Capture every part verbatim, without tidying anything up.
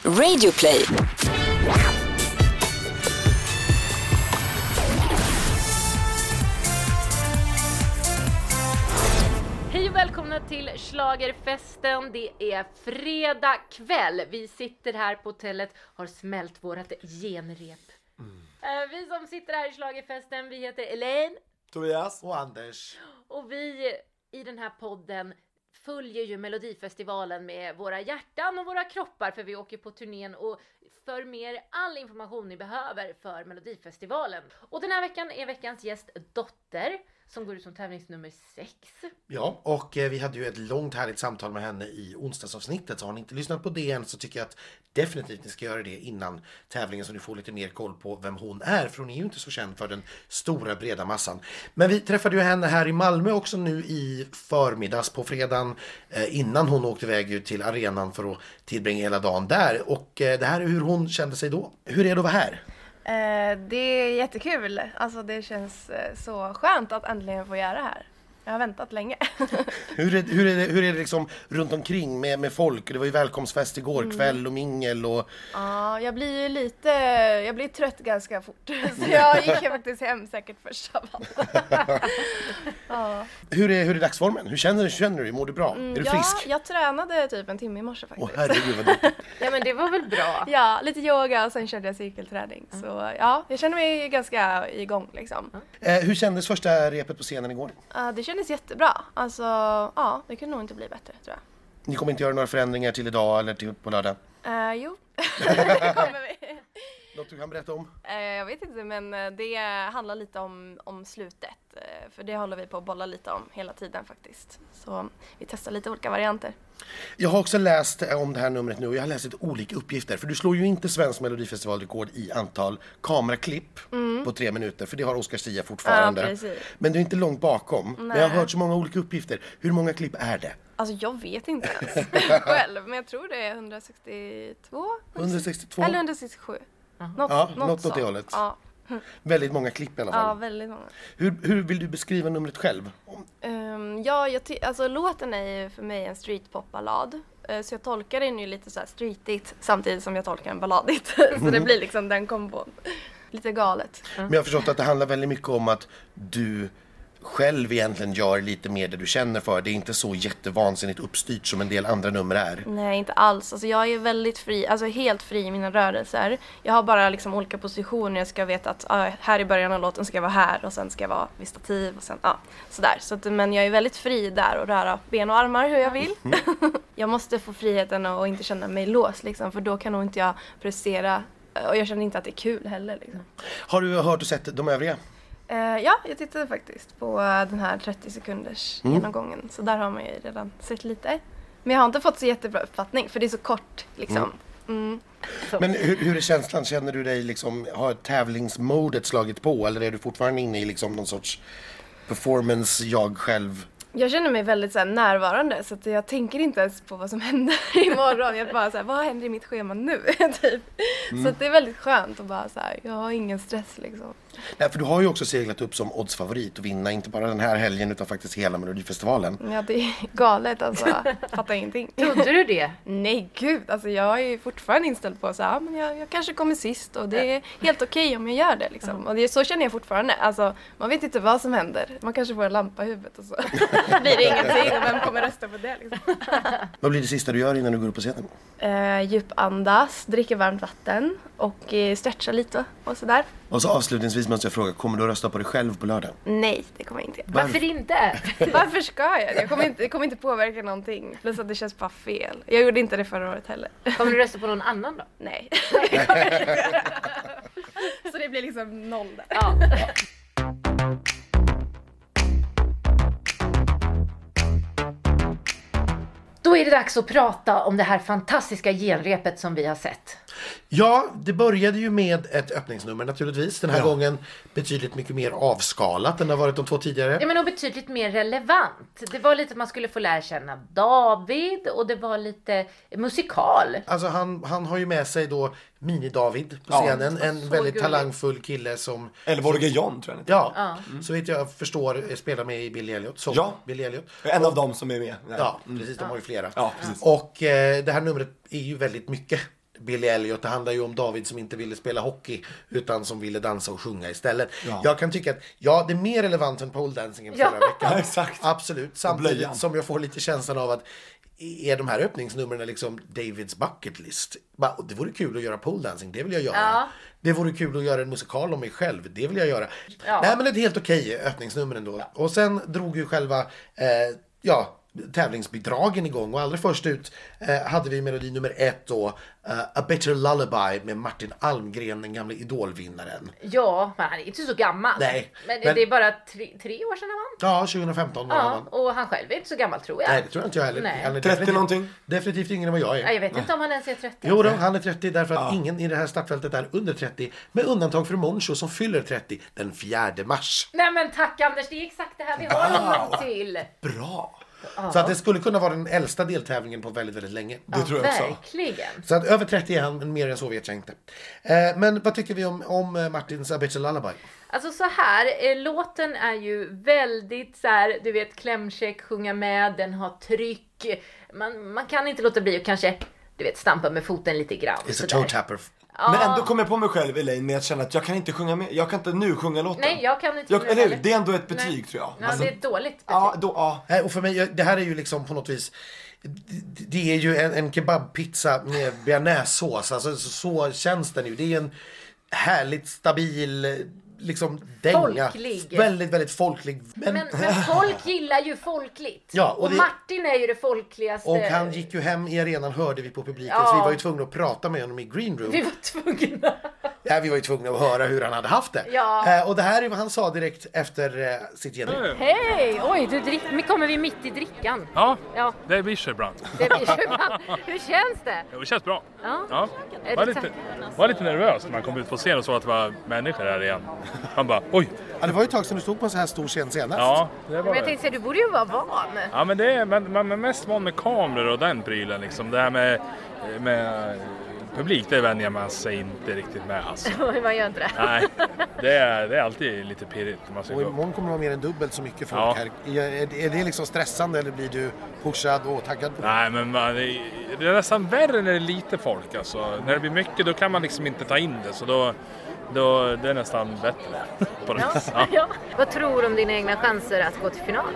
Radioplay. Hej och välkomna till Schlagerfesten. Det är fredag kväll. Vi sitter här på hotellet, har smält vårat genrep. Mm. Vi som sitter här i Schlagerfesten, vi heter Elaine, Tobias och Anders. Och vi i den här podden följer ju Melodifestivalen med våra hjärtan och våra kroppar, för vi åker på turnén och för mer all information ni behöver för Melodifestivalen. Och den här veckan är veckans gäst Dotter, som går ut som tävlingsnummer sex. Ja, och eh, vi hade ju ett långt härligt samtal med henne i onsdagsavsnittet. Så har ni inte lyssnat på det än så tycker jag att definitivt ni ska göra det innan tävlingen, så ni får lite mer koll på vem hon är. För hon är ju inte så känd för den stora breda massan. Men vi träffade ju henne här i Malmö också nu i förmiddags på fredagen, eh, innan hon åkte iväg ut till arenan för att tillbringa hela dagen där. Och eh, det här är hur hon kände sig då. Hur är det att vara här? Eh, det är jättekul. Alltså det känns eh, så skönt att äntligen få göra det här. Jag har väntat länge. hur, är, hur, är det, hur är det liksom runt omkring med, med folk? Det var ju välkomstfest igår mm. kväll och mingel och... Ja, jag blir ju lite... Jag blir trött ganska fort. Så jag gick faktiskt hem säkert första vatten. ja. Hur är, hur är dagsformen? Hur känner du? Känner du? Mår du bra? Mm, är du ja, frisk? Ja, jag tränade typ en timme i morse faktiskt. Åh herregud vad duktigt. Ja, men det var väl bra? Ja, lite yoga och sen körde jag cirkelträning. Mm. Så ja, jag känner mig ganska igång liksom. Mm. Eh, hur kändes första repet på scenen igår? Uh, det kändes jättebra. Alltså, ja, det kunde nog inte bli bättre, tror jag. Ni kommer inte göra några förändringar till idag eller till på lördag? Uh, jo, det kommer vi. Något du kan berätta om? Uh, jag vet inte, men det handlar lite om, om slutet. Uh, för det håller vi på att bolla lite om hela tiden faktiskt. Så vi testar lite olika varianter. Jag har också läst om det här numret nu och jag har läst lite olika uppgifter. För du slår ju inte svensk melodifestivalrekord i antal kameraklipp mm. på tre minuter. För det har Oscar Sia fortfarande. Ja, men du är inte långt bakom. Nej. Men jag har hört så många olika uppgifter. Hur många klipp är det? Alltså jag vet inte ens själv. Men jag tror det är hundrasextiotvå. hundrasextiotvå? Eller hundrasextiosju. Uh-huh. Något, ja, något, något åt det hållet. Ja. Väldigt många klipp i alla fall. Ja, väldigt många. Hur, hur vill du beskriva numret själv? Um, ja, jag ty- alltså låten är ju för mig en streetpop-ballad. Uh, så jag tolkar den ju lite så här streetigt samtidigt som jag tolkar en balladigt. Så det blir liksom den kombon. Lite galet. Mm. Men jag har förstått att det handlar väldigt mycket om att du själv egentligen gör lite mer det du känner för. Det är inte så jättevansinnigt uppstyrt som en del andra nummer är. Nej, inte alls. Alltså jag är väldigt fri, alltså helt fri i mina rörelser. Jag har bara liksom olika positioner. Jag ska veta att ah, här i början av låten ska jag vara här och sen ska jag vara vid stativ och sen ja, ah, sådär. Så att, men jag är väldigt fri där och röra ben och armar hur jag vill. Mm. Jag måste få friheten och inte känna mig låst liksom, för då kan nog inte jag prestera och jag känner inte att det är kul heller liksom. Har du hört och sett de övriga? Uh, ja, jag tittade faktiskt på uh, den här trettio sekunders mm. genomgången. Så där har man ju redan sett lite. Men jag har inte fått så jättebra uppfattning, för det är så kort liksom. Mm. Mm. Så. Men hur, hur är känslan? Känner du dig liksom, har tävlingsmodet slagit på? Eller är du fortfarande inne i liksom någon sorts performance jag själv? Jag känner mig väldigt så här, närvarande, så att jag tänker inte ens på vad som händer imorgon. Jag bara så här, vad händer i mitt schema nu? typ. Mm. Så att det är väldigt skönt att bara så här, jag har ingen stress liksom. Nej, för du har ju också seglat upp som oddsfavorit att vinna inte bara den här helgen utan faktiskt hela Melodifestivalen. Ja, det är galet alltså. Fattar ingenting. Trodde du det? Nej, gud. Alltså jag är ju fortfarande inställd på så här, men jag, jag kanske kommer sist och det är helt okej okay om jag gör det liksom. Mm. Och det, så känner jag fortfarande. Alltså, man vet inte vad som händer. Man kanske får en lampa i huvudet och så blir det ingenting och vem kommer rösta på det liksom. Vad blir det sista du gör innan du går upp på scenen? Uh, djupandas, dricka varmt vatten och uh, stretcha lite och sådär. Och så avslutningsvis måste jag fråga, kommer du att rösta på dig själv på lördag? Nej, det kommer jag inte. Varför, Varför inte? Varför ska jag? Jag kommer inte, det kommer inte påverka någonting. Plus att det känns bara fel. Jag gjorde inte det förra året heller. Kommer du rösta på någon annan då? Nej. Nej. Så det blir liksom noll där. Ja. Då är det dags att prata om det här fantastiska genrepet som vi har sett. Ja, det började ju med ett öppningsnummer naturligtvis. Den här ja. gången betydligt mycket mer avskalat än det har varit de två tidigare. Ja, men och betydligt mer relevant. Det var lite att man skulle få lära känna David och det var lite musikal. Alltså han, han har ju med sig då Mini-David på scenen. Ja, en väldigt gulligt. talangfull kille som... Eller Vorge John tror jag. Ja, ja. Mm. så vet jag förstår spelar med i Billy Elliot. Som ja, Billy Elliot. En av dem som är med. Nej. Ja, precis. De har ju flera. Ja, precis. Och eh, det här numret är ju väldigt mycket Billy Elliot. Det handlar ju om David som inte ville spela hockey utan som ville dansa och sjunga istället. Ja. Jag kan tycka att ja, det är mer relevant än pole dancingen förra Ja. veckan. Ja, exakt. Absolut. Samtidigt Blöjan. som jag får lite känslan av att är de här öppningsnumren liksom Davids bucket list? Bara, det vore kul att göra pole dancing, det vill jag göra. Ja. Det vore kul att göra en musikal om mig själv, det vill jag göra. Ja. Nej, men det är helt okej öppningsnummer ändå. Ja. Och sen drog ju själva eh, ja, tävlingsbidragen igång och allra först ut eh, hade vi melodi nummer ett då, uh, A Better Lullaby med Martin Almgren, den gamla idolvinnaren. Ja, men han är inte så gammal. Nej, Men, men- det är bara tre, tre år sedan han vann. Ja, tjugo femton var Ja, han. och han själv är inte så gammal tror jag. Nej, det tror jag inte jag heller. Nej. Han är trettio definitivt, någonting? definitivt yngre än vad jag är. Ja, jag vet inte om han ens är trettio. Jo då, han är trettio därför att ingen i det här startfältet är under trettio. Med undantag för Moncho som fyller trettio den fjärde mars. Nej men tack Anders, det är exakt det här vi har honom till. Bra. Så att det skulle kunna vara den äldsta deltävlingen på väldigt, väldigt länge. Det tror jag också. Verkligen. Så att över trettio är han, men mer än så vet jag inte. Eh, men vad tycker vi om, om eh, Martins A Better Lullaby? Alltså så här, eh, låten är ju väldigt så här, du vet, klämkäck, sjunga med, den har tryck. Man, man kan inte låta bli och kanske, du vet, stampa med foten lite grann. It's a sådär. toe tapper. Men ändå kom jag på mig själv, Elaine, med att känna att jag kan inte sjunga med. Jag kan inte nu sjunga låten. Nej, jag kan inte jag, sjunga Eller hur? heller. Det är ändå ett betyg, Nej. tror jag. Ja, Alltså, det är ett dåligt betyg. ja, då, ja. Nej, och för mig, det här är ju liksom på något vis, det, det är ju en, en kebabpizza med bearnaisesås. Alltså så, så känns den ju. Det är en härligt stabil liksom dänga. Folklig. Väldigt, väldigt folklig. Men, Men, men folk gillar ju folkligt. Ja, och och det- Martin är ju det folkligaste. och han gick ju hem i arenan, hörde vi på publiken. Ja. Så vi var ju tvungna att prata med honom i green room. Vi var tvungna. Ja, vi var ju tvungna att höra hur han hade haft det. Ja. Eh, och det här är vad han sa direkt efter eh, sitt genombrott. Hej! Oj, du drick... nu kommer vi mitt i drickan. Ja, Ja, det blir så ibland. det blir ju bra. Hur känns det? Jo, det känns bra. Ja. Ja. Är Var det lite, tack- var lite nervös när man kom ut på scen och såg att det var människor här igen. Han bara, oj. Ja, det var ju ett tag sedan du stod på en så här stor scen senast. Ja, det var Men jag det. tänkte säga, du borde ju vara van. Ja, men det är, man, man är mest van med kameror och den prylen liksom. Det här med, med publik, det vänjer man sig inte riktigt med alltså. Man gör inte det. Nej, det är, det är alltid lite pirrigt när man ska Och gå. imorgon kommer det vara mer än dubbelt så mycket folk Ja. här. Är, är det liksom stressande eller blir du pushad och taggad på det? Nej, men man, det är- det är nästan värre när det är lite folk alltså. När det blir mycket då kan man liksom inte ta in det, så då, då det är nästan bättre på det. Ja. Ja. Ja. Vad tror du om dina egna chanser att gå till final?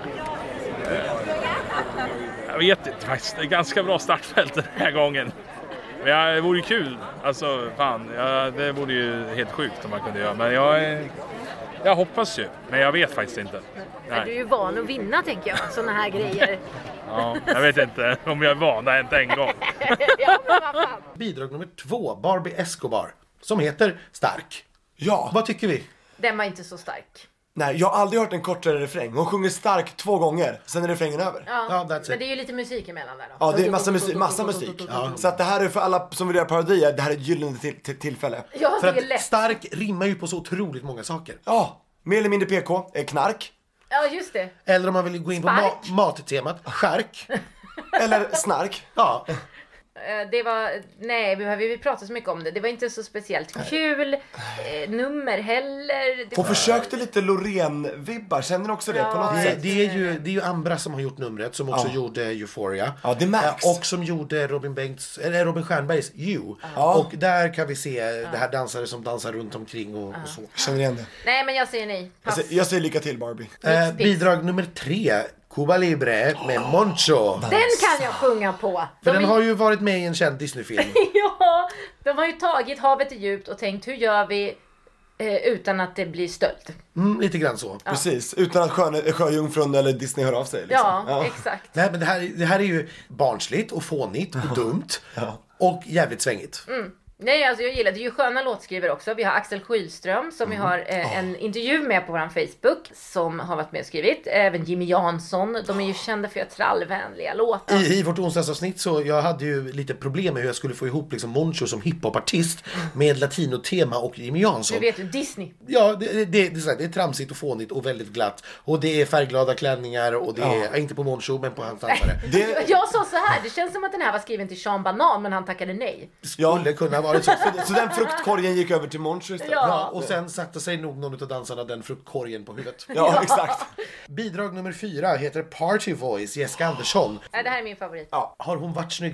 Jag vet inte faktiskt, det är ganska bra startfält den här gången. Men ja, det vore ju kul, alltså fan, ja, det vore ju helt sjukt om man kunde göra. Men jag, är- jag hoppas ju, men jag vet faktiskt inte. Du är Nej. ju van att vinna tänker jag, sådana här grejer. Ja, jag vet inte om jag är van, det har hänt en gång. Ja, men vad fan. Bidrag nummer två, Barbie Escobar, som heter Stark. Ja. Vad tycker vi? Den var inte så stark. Nej, jag har aldrig hört en kortare refräng. Hon sjunger stark två gånger, sen är refrängen över. Ja, Ja, Ja, that's it. men det är ju lite musik emellan där då. ja det är massa musik. Massa musik. Ja. Så att det här är för alla som vill göra parodier, det här är ett gyllene till, till, tillfälle. Ja, För det är att lätt. Stark rimmar ju på så otroligt många saker. Ja, mer eller mindre P K, eh, knark, Ja, just det. Eller om man vill gå in på ma- Spark. mattemat, skärk. eller snark. Ja, Eh, Det var, nej, vi har vi pratat så mycket om det. Det var inte så speciellt kul eh, nummer heller. Det Hon var- försökte lite Loreen-vibbar, känner ni också det på något det, sätt? det, är ju, det är ju Ambra som har gjort numret, som också Ja. gjorde Euphoria. Ja, det märks. Eh, Och som gjorde Robin, Bengts, eller Robin Stjernbergs You. Ja. Och där kan vi se det här dansare som dansar runt omkring och, och så. Känner igen det. Nej, men jag säger nej. Jag Pass. säger, jag säger lycka till Barbie. Eh, Pix. bidrag nummer tre, Cuba Libre med Moncho. Den kan jag sjunga på. För De den är- har ju varit med i en känd Disney-film. Ja, de har ju tagit Havet är djupt och tänkt hur gör vi eh, utan att det blir stöld. Mm, lite grann så. Precis, utan att sjön, sjöjungfrun eller Disney hör av sig. Liksom. Ja, exakt. Nej, men det här, det här är ju barnsligt och fånigt och dumt. Och jävligt svängigt. Nej, alltså jag gillar det. är ju sköna låtskrivare också. Vi har Axel Skylström som Mm. vi har eh, en intervju med på vår Facebook som har varit med och skrivit. Även Jimmy Jansson. De är ju kända för att göra trallvänliga låtar. I, I vårt onsdagsavsnitt så jag hade ju lite problem med hur jag skulle få ihop liksom Moncho som hiphopartist med latino-tema och Jimmy Jansson. Du vet ju, Disney. Ja, det, det, det, är så här, det är tramsigt och fånigt och väldigt glatt. Och det är färgglada klänningar och det är, Ja. inte på Moncho men på hans dansare. Det, Jag sa så här, det känns som att den här var skriven till Sean Banan men han tackade nej. Skulle kunna vara så. så den fruktkorgen gick över till Moncho istället? Ja. Ja, och sen satte sig nog någon av dansarna den fruktkorgen på huvudet. Ja, exakt. Bidrag nummer fyra heter Party Voice, Jessica Andersson. Nej, det här är min favorit. Har hon varit snyggare?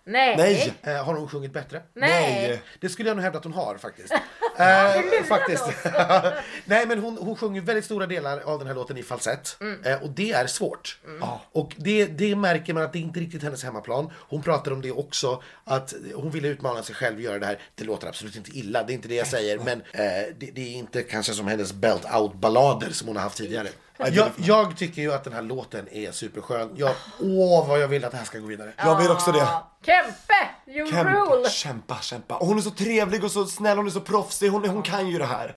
Nej. Nej. Eh, har hon sjungit bättre? Nej. Det skulle jag nog hävda att hon har faktiskt. eh, faktiskt. Nej, men hon, hon sjunger väldigt stora delar av den här låten i falsett. Mm. Eh, och det är svårt. Mm. Ja. Och det, det märker man att det inte riktigt hennes hemmaplan. Hon pratar om det också, att hon ville utmana sig själv göra det här. Det låter absolut inte illa, det är inte det jag säger. Men eh, det, det är inte kanske som hennes belt out-ballader som hon har haft tidigare. Jag, jag tycker ju att den här låten är superskön. Jag, åh, vad jag vill att det här ska gå vidare. Jag vill också det. Kempe, you Kämpa, rule. kämpa, kämpa. Och hon är så trevlig och så snäll, hon är så proffsig. Hon, hon kan ju det här.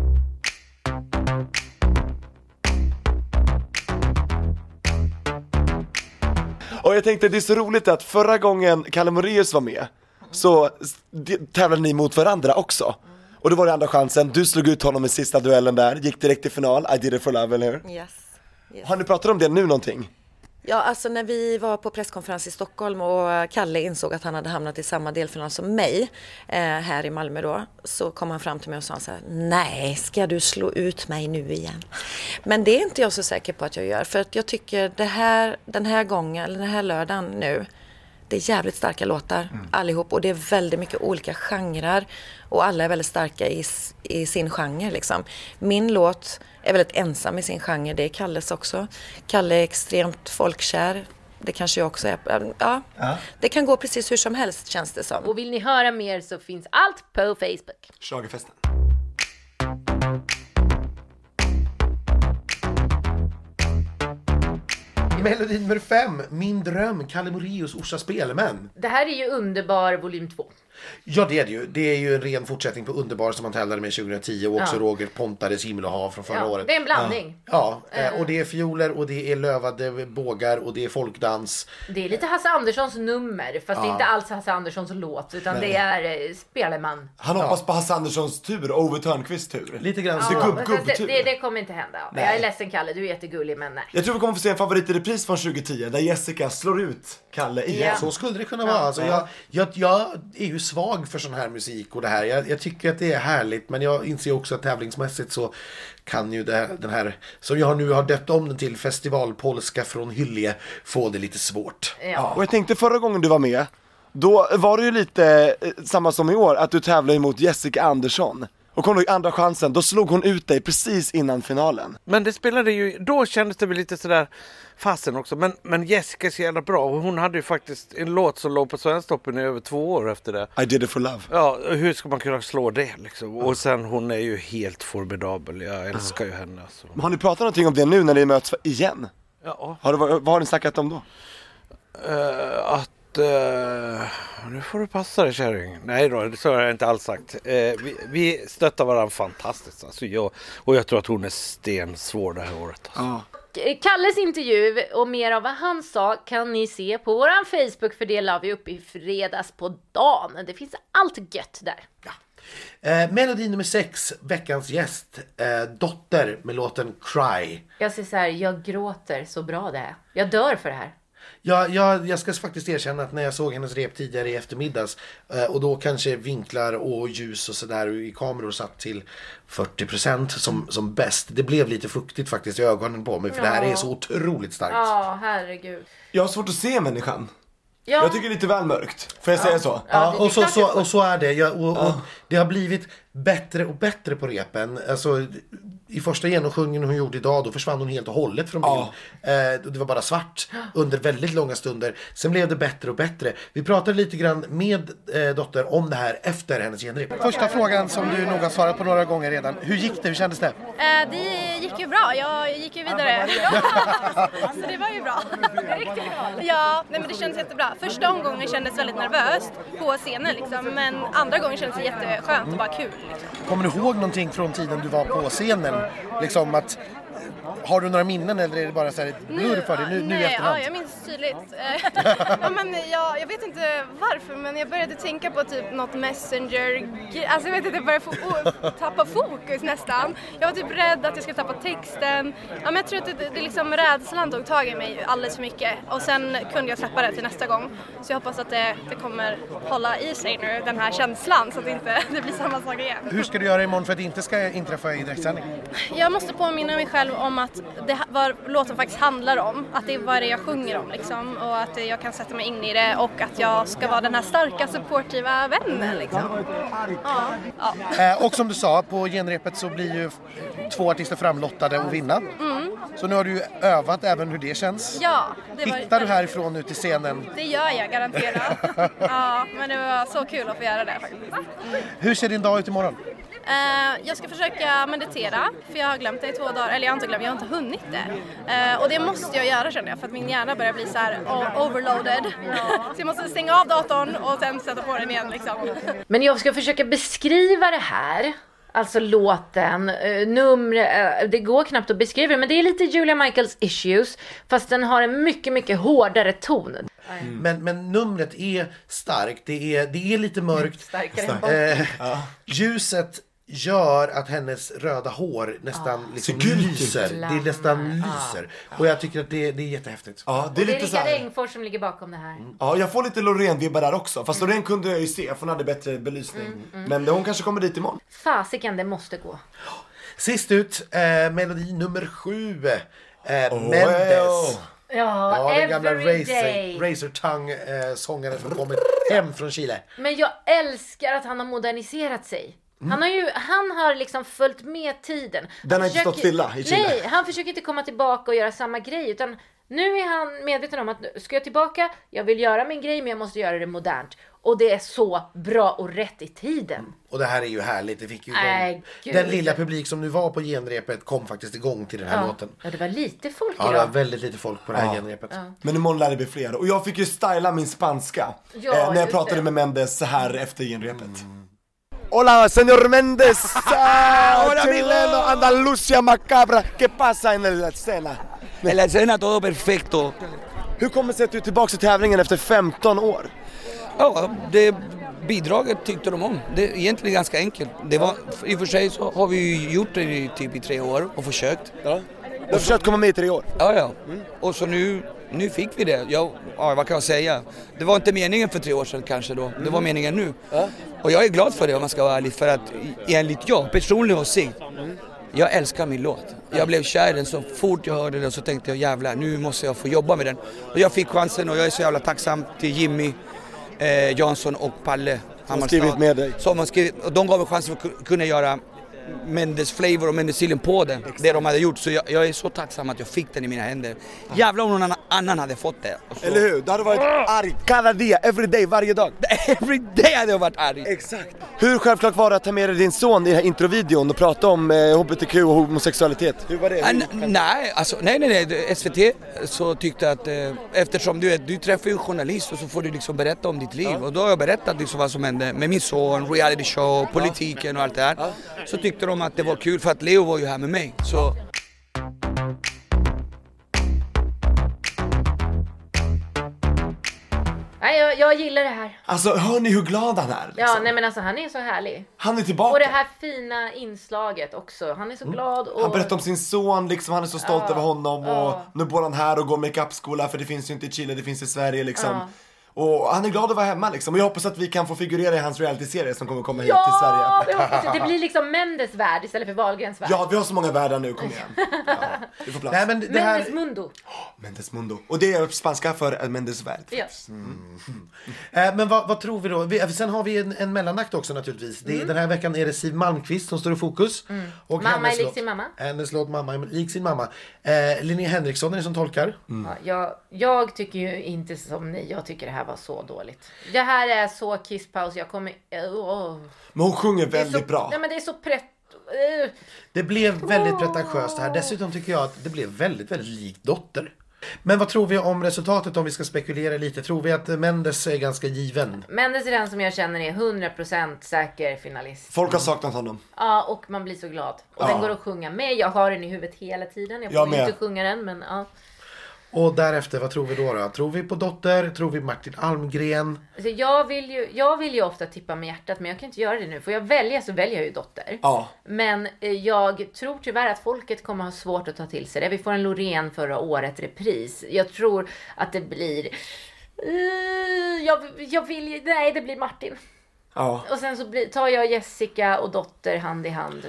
Och jag tänkte, det är så roligt att förra gången Kalle Moraeus var med så tävlade ni mot varandra också. Och då var det andra chansen, du slog ut honom i sista duellen där, gick direkt till final, I did it for love, eller hur? Yes, yes. Har ni pratat om det nu någonting? Ja, alltså när vi var på presskonferens i Stockholm och Kalle insåg att han hade hamnat i samma delfinal som mig eh, här i Malmö då, så kom han fram till mig och sa så här: nej, ska du slå ut mig nu igen? Men det är inte jag så säker på att jag gör, för att jag tycker det här, den här gången, eller den här lördagen nu, det är jävligt starka låtar mm. allihop, och det är väldigt mycket olika genrer och alla är väldigt starka i, i sin genre liksom. Min låt är väldigt ensam i sin genre, det är Kalles också. Kalle är extremt folkkär, det kanske jag också är. Ja, ja. Det kan gå precis hur som helst, känns det som. Och vill ni höra mer så finns allt på Facebook. Schlagerfesten. Melodi nummer fem, Min dröm, Kalle Moraeus, Orsa Spelmän. Det här är ju Underbar volym två. Ja, det är det ju. Det är ju en ren fortsättning på Underbar som man tävlade med tjugohundratio och också ja. Roger Pontares Himmel och hav från förra ja, året. Det är en blandning. Ja, ja uh. och det är fioler och det är lövade bågar och det är folkdans. Det är lite Hasse Anderssons nummer, fast ja. det är inte alls Hasse Anderssons låt, utan Nej. det är uh, Speleman. Han hoppas ja. på Hasse Anderssons tur, Ove Thörnqvists tur. Lite grann så. Ja, gubb, gubb, det, det, det kommer inte hända. Nej. Jag är ledsen Kalle, du är jättegullig, men nej. Jag tror vi kommer få se en favorit i repris från tjugohundratio där Jessica slår ut Kalle igen. Ja. Så skulle det kunna vara. Alltså, jag, jag, jag är ju svag för sån här musik och det här. Jag, jag tycker att det är härligt, men jag inser också att tävlingsmässigt så kan ju det, den här, som jag nu har döpt om den till, festivalpolska från Hyllie, få det lite svårt. Ja. Ja. Och jag tänkte förra gången du var med, då var det ju lite eh, samma som i år, att du tävlade emot Jessica Andersson. Och kom du i andra chansen, då slog hon ut dig precis innan finalen. Men det spelade ju, då kändes det väl lite sådär fasen också. Men, men Jessica är så jävla bra, och hon hade ju faktiskt en låt som låg på Svensktoppen i över två år efter det. I did it for love. Ja, hur ska man kunna slå det liksom? Mm. Och sen, hon är ju helt formidabel, jag älskar mm. ju henne alltså. Men har ni pratat någonting om det nu när ni möts igen? Ja. Har du, vad har ni snackat om då? Uh, att Uh, nu får du passa dig, kärring. Nej då, det så har jag inte alls sagt. Uh, vi, vi stöttar varandra fantastiskt alltså, jag, och jag tror att hon är stensvår det här året alltså. uh. Kalles intervju och mer av vad han sa kan ni se på våran Facebook, för det la vi upp i fredags på dagen. Det finns allt gött där. Ja. Eh, melodi nummer sex, veckans gäst, eh, Dotter med låten Cry. Jag säger så här, jag gråter så bra det är. Jag dör för det här. Ja, jag, jag ska faktiskt erkänna att när jag såg hennes rep tidigare i eftermiddags eh, och då kanske vinklar och ljus och sådär i kameror satt till fyrtio procent som, som bäst. Det blev lite fuktigt faktiskt i ögonen på mig, för ja. det här är så otroligt starkt. Ja, herregud. Jag har svårt att se människan. Ja. Jag tycker det är lite väl mörkt. Får jag ja. säga så? Ja, och, så, så, och så är det. Jag, och, och ja. Det har blivit bättre och bättre på repen. Alltså, i första genomsjungen hon gjorde idag, då försvann hon helt och hållet från bild. Ja. Eh, det var bara svart under väldigt långa stunder. Sen blev det bättre och bättre. Vi pratade lite grann med eh, Dotter om det här efter hennes genrep. Första frågan som du nog har svarat på några gånger redan. Hur gick det? Hur kändes det? Eh, det gick ju bra. Jag gick ju vidare. Så det var ju bra. Riktigt bra. Ja, nej, men det kändes jättebra. Första omgången kändes väldigt nervöst på scenen liksom, men andra gången kändes det jätteskönt och bara kul liksom. Kommer du ihåg någonting från tiden du var på scenen? Liksom att, har du några minnen eller är det bara så här ett blurr för dig nu, nu i efterhand? Ja, jag minns tydligt. ja, men jag, jag vet inte varför, men jag började tänka på typ något messenger. Alltså jag vet inte, jag började få, oh, tappa fokus nästan. Jag var typ rädd att jag skulle tappa texten. Ja, men jag tror att det, det liksom rädslan tog tag i mig alldeles för mycket. Och sen kunde jag släppa det till nästa gång. Så jag hoppas att det, det kommer hålla i sig nu, den här känslan, så att det inte det blir samma sak igen. Hur ska du göra imorgon för att det inte ska inträffa i direktsändning? Jag måste påminna mig själv om att det, vad låten faktiskt handlar om. Att det är vad det jag sjunger om liksom. Och att jag kan sätta mig in i det och att jag ska vara den här starka, supportiva vännen liksom. Ja, ja. Eh, och som du sa, på genrepet så blir ju två artister framlottade och vinna. Mm. Så nu har du ju övat även hur det känns. Ja. Det var Hittar du härifrån nu till scenen? Det gör jag garanterat. Ja, men det var så kul att få göra det faktiskt. Mm. Hur ser din dag ut imorgon? Uh, jag ska försöka meditera, för jag har glömt det i två dagar, eller jag har inte glömt, jag har inte hunnit det. Uh, och det måste jag göra känner jag, för att min hjärna börjar bli så här overloaded. Så jag måste stänga av datorn och sen sätta på den igen liksom. Men jag ska försöka beskriva det här. Alltså låten, uh, nummer, uh, det går knappt att beskriva det, men det är lite Julia Michaels Issues, fast den har en mycket, mycket hårdare ton. Mm. Men, men numret är starkt, det är, det är lite mörkt. Starkare. Eh, ja. Ljuset gör att hennes röda hår nästan ah. liksom lyser. Det är nästan lyser. Ah. Och jag tycker att det, det är jättehäftigt. Ja, det är, och det är lite Rickard så Engfors som ligger bakom det här. Mm. Ja, jag får lite Loreen-vibbar där också. Fast mm. Loreen kunde jag ju se, för hon hade bättre belysning. Mm, mm. Men hon kanske kommer dit imorgon. Fasiken, det måste gå. Sist ut, eh, melodi nummer sju. Eh, oh, Mendes. Ja, ja, den gamla Razor, Razor Tongue eh, sångaren som kommit hem från Chile. Men jag älskar att han har moderniserat sig. Mm. Han har ju han har liksom följt med tiden. Den har försöker, inte stått stilla i Chile. Nej, han försöker inte komma tillbaka och göra samma grej, utan nu är han medveten om att ska jag tillbaka, jag vill göra min grej men jag måste göra det modernt. Och det är så bra och rätt i tiden. Mm. Och det här är ju härligt. Det fick ju äh, den lilla publik som nu var på genrepet kom faktiskt igång till den här ja. låten. Ja, det var lite folk idag. Ja, det var väldigt lite folk på det här ja. genrepet. Ja. Men imorgon lär det bli fler. Och jag fick ju styla min spanska ja, eh, när jag pratade det. med Mendes så här efter genrepet. Mm. Hola, señor Mendes. Hola, chileno, Andalusia macabra. ¿Qué pasa en la escena? En la escena todo perfecto. Hur kommer det sig att du är tillbaka till tävlingen efter femton år? Ja, det bidraget tyckte de om. Det är egentligen ganska enkelt. Det var, i och för sig så har vi ju gjort det i, typ i tre år och försökt. Ja. Du har försökt komma med i tre år? Ja, ja. Mm. Och så nu, nu fick vi det. Ja, ja, vad kan jag säga? Det var inte meningen för tre år sedan kanske då. Mm. Det var meningen nu. Ja. Och jag är glad för det om man ska vara ärlig. För att enligt jag, personlig åsikt, mm. jag älskar min låt. Jag blev kär i den så fort jag hörde den, så tänkte jag jävlar, nu måste jag få jobba med den. Och jag fick chansen och jag är så jävla tacksam till Jimmy eh, Jansson och Palle som har skrivit med dig. Som har skrivit, och de gav mig chansen att kunna göra Mendes Flavor och Mendes Sillen på den. Exakt. Det de hade gjort. Så jag, jag är så tacksam att jag fick den i mina händer. Jävlar om någon annan hade fått det. Så... Eller hur? Du hade varit arg cada dia, every day, varje dag. Every day hade jag varit arg. Exakt. Hur självklart var det att ta med dig din son i den här introvideon och prata om eh, H B T Q och homosexualitet? Hur var det? Hur N- nej, alltså, nej, nej, nej. S V T så tyckte att eh, eftersom du, du träffar ju en journalist och så får du liksom berätta om ditt liv. Ja. Och då har jag berättat liksom vad som hände med min son, reality show, politiken och allt det här. Ja. Så tyckte de att det var kul för att Leo var ju här med mig. Så... Nej, jag, jag gillar det här. Alltså, hör ni hur glad han är? Liksom? Ja, nej men alltså han är så härlig. Han är tillbaka. Och det här fina inslaget också. Han är så mm. glad. Och... Han berättar om sin son, liksom, han är så stolt ja. över honom. Och ja. nu bor han här och går make-up-skola, för det finns ju inte i Chile, det finns i Sverige liksom. Ja. Och han är glad att vara hemma liksom. Och jag hoppas att vi kan få figurera i hans reality-serie som kommer komma hit ja, till Sverige. Ja, det hoppas jag. Det blir liksom Mendes värld istället för Wahlgrens värld. Ja, vi har så många världar nu, kom igen. Ja, vi får plats. Nej, men det här... Mendes Mundo. Oh, Mendes Mundo. Och det är spanska för Mendes värld. Ja. Mm. Mm. Äh, men vad, vad tror vi då? Vi, sen har vi en, en mellanakt också naturligtvis. Det, mm. Den här veckan är det Siw Malmkvist som står i fokus. Mm. Och mamma är lik sin mamma. Hennes låt Mamma är lik sin mamma. Eh, Linnea Henriksson är det som tolkar. Mm. Ja, jag, jag tycker ju inte som ni. Jag tycker det här var så dåligt. Det här är så kisspaus. Jag kommer... Oh. Men hon sjunger väldigt så, bra. Nej, men det är så prätt... Uh. Det blev väldigt pretentiöst här. Dessutom tycker jag att det blev väldigt, väldigt likt Dotter. Men vad tror vi om resultatet om vi ska spekulera lite? Tror vi att Mendes är ganska given? Mendes är den som jag känner är hundra procent säker finalist. Folk har saknat honom. Ja, och man blir så glad. Och ja. Den går att sjunga med. Jag har den i huvudet hela tiden. Jag får jag inte sjunga den, men ja. Och därefter, vad tror vi då, då? Tror vi på Dotter? Tror vi Martin Almgren? Alltså jag, vill ju, jag vill ju ofta tippa med hjärtat, men jag kan inte göra det nu. Får jag välja så väljer jag ju Dotter. Ja. Men jag tror tyvärr att folket kommer ha svårt att ta till sig det. Vi får en Loreen förra året repris. Jag tror att det blir... Uh, jag, jag vill Nej, det blir Martin. Ja. Och sen så blir, tar jag Jessica och Dotter hand i hand.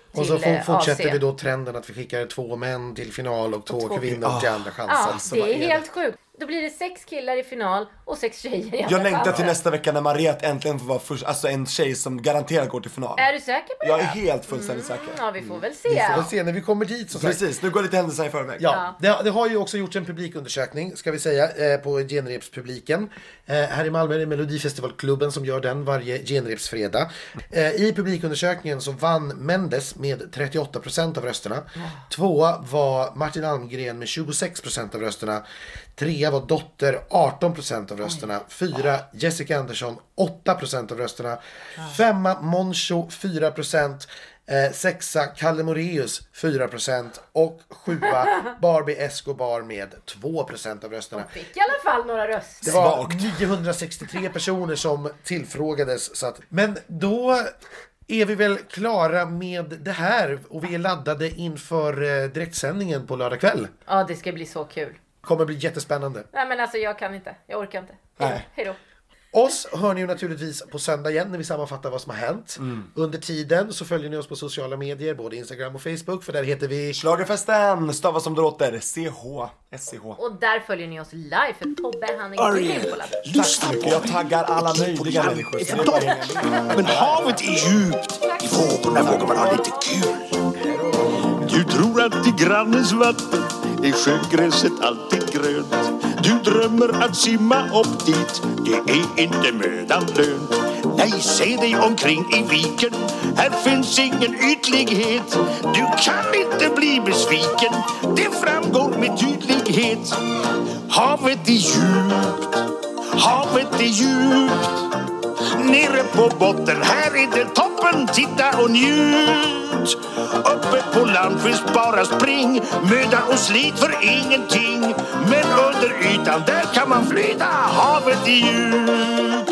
Och så till, fortsätter A C. vi då trenden att vi skickar två män till final och två, två kvinnor oh. till andra chansen. Ja, det är helt sjukt. Då blir det sex killar i final och sex tjejer i andra Jag längtar chansen. till nästa vecka när Mariette äntligen får vara först, alltså en tjej som garanterat går till final. Är du säker på det? Jag är helt fullständigt mm, säker. Ja, vi får väl se. Vi får väl se när vi kommer dit. Så Precis, nu går lite händelserna i förväg. Ja, det, det har ju också gjorts en publikundersökning, ska vi säga, eh, på genrepspubliken. Eh, här i Malmö är det Melodifestivalklubben som gör den varje genrepsfredag. Eh, I publikundersökningen så vann Mendes med trettioåtta procent av rösterna. Tvåa var Martin Almgren med tjugosex procent av rösterna. Trea var Dotter, arton procent av rösterna. Fyra, Jessica Andersson, åtta procent av rösterna. Femma, Moncho, fyra procent. Eh, sexa, Kalle Moraeus, fyra procent. Och sjua, Barbie Escobar med två procent av rösterna. De fick i alla fall några röster. Det var niohundrasextiotre personer som tillfrågades. Så att, men då är vi väl klara med det här. Och vi är laddade inför eh, direktsändningen på lördag kväll. Ja, det ska bli så kul. Kommer bli jättespännande. Nej, men alltså jag kan inte. Jag orkar inte. Hej Nej. Hej då. Oss hör ni ju naturligtvis på söndag igen när vi sammanfattar vad som har hänt. Mm. Under tiden så följer ni oss på sociala medier, både Instagram och Facebook, för där heter vi Schlagerfesten, stavas som det låter, C H S C H. Och där följer ni oss live, för Tobbe han är grym på laddning. Tack så mycket, jag taggar alla möjliga människor. Så det är bara ingen- Men havet är djupt. I vågorna vågar man ha lite kul. Du tror att i grannens vatten är sjögräset alltid grönt. Du drömmer att simma upp dit. Det är inte mödan lönt. Nej, se dig omkring i viken. Här finns ingen ytlighet. Du kan inte bli besviken. Det framgår med tydlighet. Havet är djupt. Havet är djupt. Nere på botten, här är det toppen. Titta och njut. Uppe på land finns bara spring. Möda och slit för ingenting. Men under ytan, där kan man flyta. Havet är djupt.